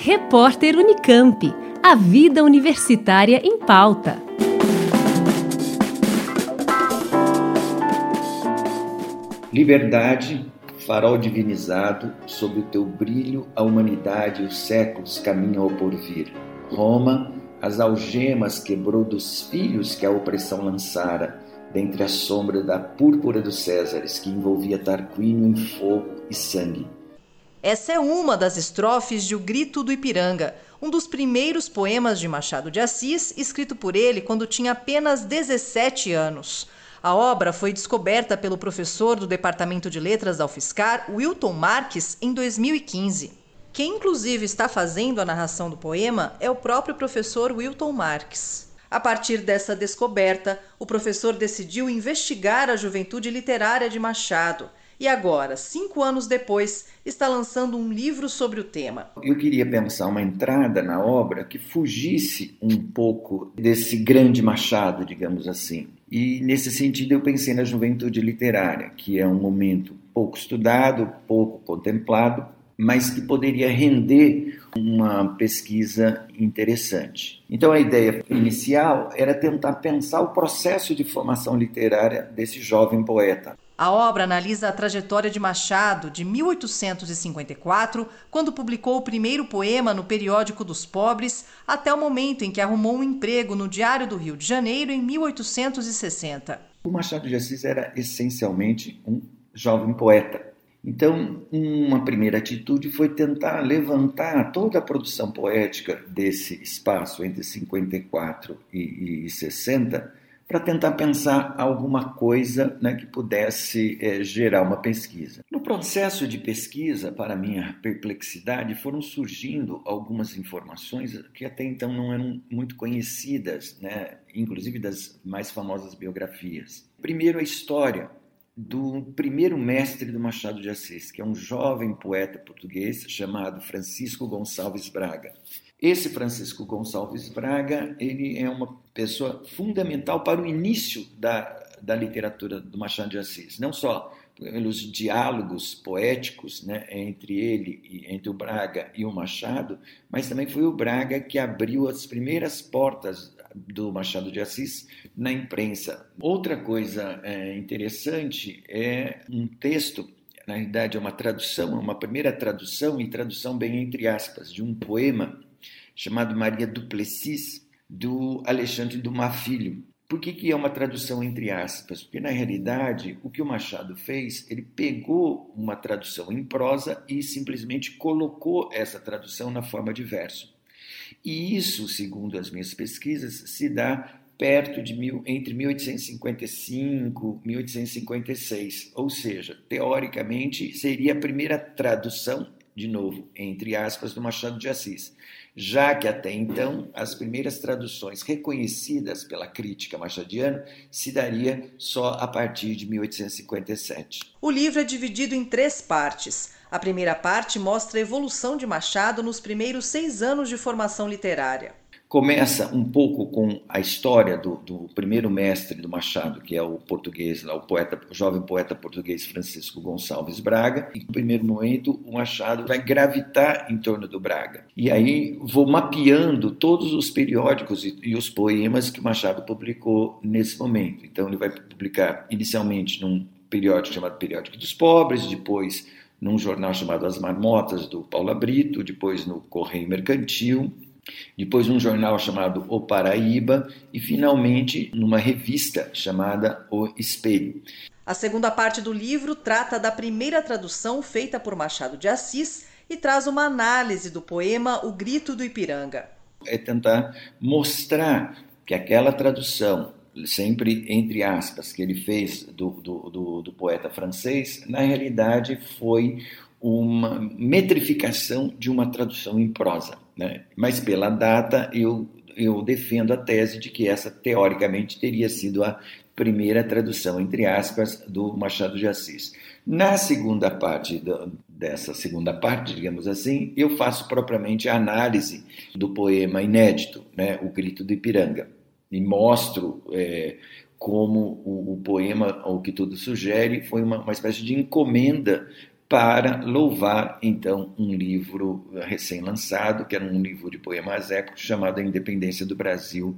Repórter Unicamp. A vida universitária em pauta. Liberdade, farol divinizado, sob o teu brilho a humanidade e os séculos caminham ao porvir. Roma, as algemas quebrou dos filhos que a opressão lançara, dentre a sombra da púrpura dos Césares, que envolvia Tarquínio em fogo e sangue. Essa é uma das estrofes de O Grito do Ipiranga, um dos primeiros poemas de Machado de Assis, escrito por ele quando tinha apenas 17 anos. A obra foi descoberta pelo professor do Departamento de Letras da UFSCar, Wilton Marques, em 2015. Quem inclusive está fazendo a narração do poema é o próprio professor Wilton Marques. A partir dessa descoberta, o professor decidiu investigar a juventude literária de Machado e agora, 5 anos depois, está lançando um livro sobre o tema. Eu queria pensar uma entrada na obra que fugisse um pouco desse grande Machado, digamos assim. E nesse sentido eu pensei na juventude literária, que é um momento pouco estudado, pouco contemplado, mas que poderia render uma pesquisa interessante. Então a ideia inicial era tentar pensar o processo de formação literária desse jovem poeta. A obra analisa a trajetória de Machado de 1854, quando publicou o primeiro poema no Periódico dos Pobres, até o momento em que arrumou um emprego no Diário do Rio de Janeiro em 1860. O Machado de Assis era essencialmente um jovem poeta. Então, uma primeira atitude foi tentar levantar toda a produção poética desse espaço entre 54 e 60 para tentar pensar alguma coisa, né, que pudesse gerar uma pesquisa. No processo de pesquisa, para minha perplexidade, foram surgindo algumas informações que até então não eram muito conhecidas, né, inclusive das mais famosas biografias. Primeiro, a história do primeiro mestre do Machado de Assis, que é um jovem poeta português chamado Francisco Gonçalves Braga. Esse Francisco Gonçalves Braga, ele é uma pessoa fundamental para o início da literatura do Machado de Assis, não só pelos diálogos poéticos, né, entre o Braga e o Machado, mas também foi o Braga que abriu as primeiras portas do Machado de Assis na imprensa. Outra coisa interessante é um texto, na realidade é uma tradução, uma primeira tradução, e tradução bem entre aspas, de um poema chamado Maria Duplessis, do Alexandre Dumas Filho. Por que é uma tradução entre aspas? Porque, na realidade, o que o Machado fez, ele pegou uma tradução em prosa e simplesmente colocou essa tradução na forma de verso. E isso, segundo as minhas pesquisas, se dá perto de entre 1855 e 1856, ou seja, teoricamente seria a primeira tradução, de novo, entre aspas, do Machado de Assis, já que até então as primeiras traduções reconhecidas pela crítica machadiana se daria só a partir de 1857. O livro é dividido em 3 partes. A primeira parte mostra a evolução de Machado nos primeiros 6 anos de formação literária. Começa um pouco com a história do primeiro mestre do Machado, que é o português, o jovem poeta português Francisco Gonçalves Braga. E, no primeiro momento, o Machado vai gravitar em torno do Braga. E aí vou mapeando todos os periódicos e os poemas que o Machado publicou nesse momento. Então ele vai publicar inicialmente num periódico chamado Periódico dos Pobres, depois num jornal chamado As Marmotas, do Paula Brito, depois no Correio Mercantil, depois num jornal chamado O Paraíba e, finalmente, numa revista chamada O Espelho. A segunda parte do livro trata da primeira tradução feita por Machado de Assis e traz uma análise do poema O Grito do Ipiranga. É tentar mostrar que aquela tradução, sempre entre aspas, que ele fez do poeta francês, na realidade foi uma metrificação de uma tradução em prosa, né? Mas pela data eu defendo a tese de que essa teoricamente teria sido a primeira tradução, entre aspas, do Machado de Assis. Na segunda parte dessa segunda parte, digamos assim, eu faço propriamente a análise do poema inédito, né, O Grito do Ipiranga, e mostro como o poema, o que tudo sugere, foi uma espécie de encomenda para louvar, então, um livro recém-lançado, que era um livro de poemas épicos, chamado A Independência do Brasil,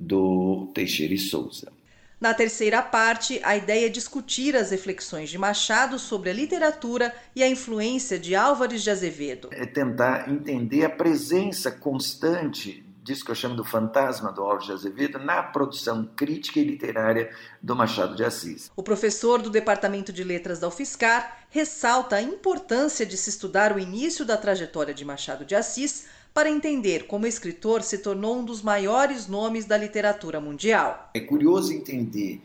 do Teixeira e Souza. Na terceira parte, a ideia é discutir as reflexões de Machado sobre a literatura e a influência de Álvares de Azevedo. É tentar entender a presença constante disso que eu chamo do fantasma do Álvares de Azevedo na produção crítica e literária do Machado de Assis. O professor do Departamento de Letras da UFSCar ressalta a importância de se estudar o início da trajetória de Machado de Assis para entender como o escritor se tornou um dos maiores nomes da literatura mundial. É curioso entender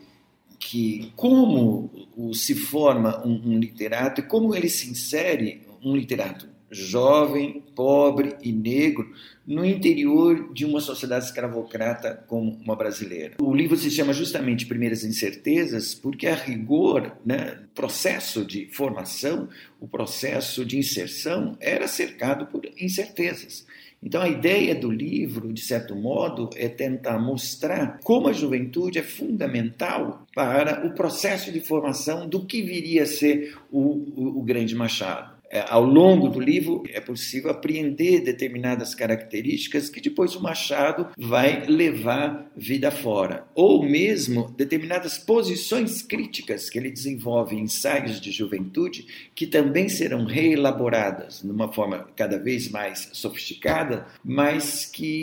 que como se forma um literato e como ele se insere, um literato jovem, pobre e negro, no interior de uma sociedade escravocrata como uma brasileira. O livro se chama justamente Primeiras Incertezas porque, a rigor, o processo de formação, o processo de inserção era cercado por incertezas. Então, a ideia do livro, de certo modo, é tentar mostrar como a juventude é fundamental para o processo de formação do que viria a ser o grande Machado. Ao longo do livro é possível apreender determinadas características que depois o Machado vai levar vida fora, ou mesmo determinadas posições críticas que ele desenvolve em ensaios de juventude que também serão reelaboradas de uma forma cada vez mais sofisticada, mas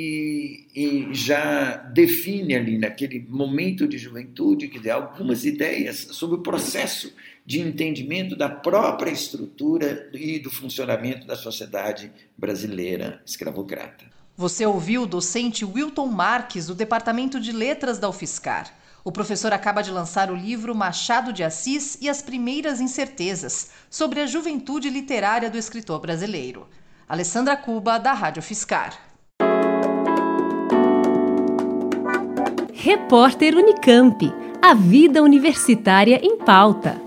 que já define ali naquele momento de juventude que dá algumas ideias sobre o processo de entendimento da própria estrutura e do funcionamento da sociedade brasileira escravocrata. Você ouviu o docente Wilton Marques, do Departamento de Letras da UFSCar. O professor acaba de lançar o livro Machado de Assis e as Primeiras Incertezas, sobre a juventude literária do escritor brasileiro. Alessandra Cuba, da Rádio UFSCar. Repórter Unicamp. A vida universitária em pauta.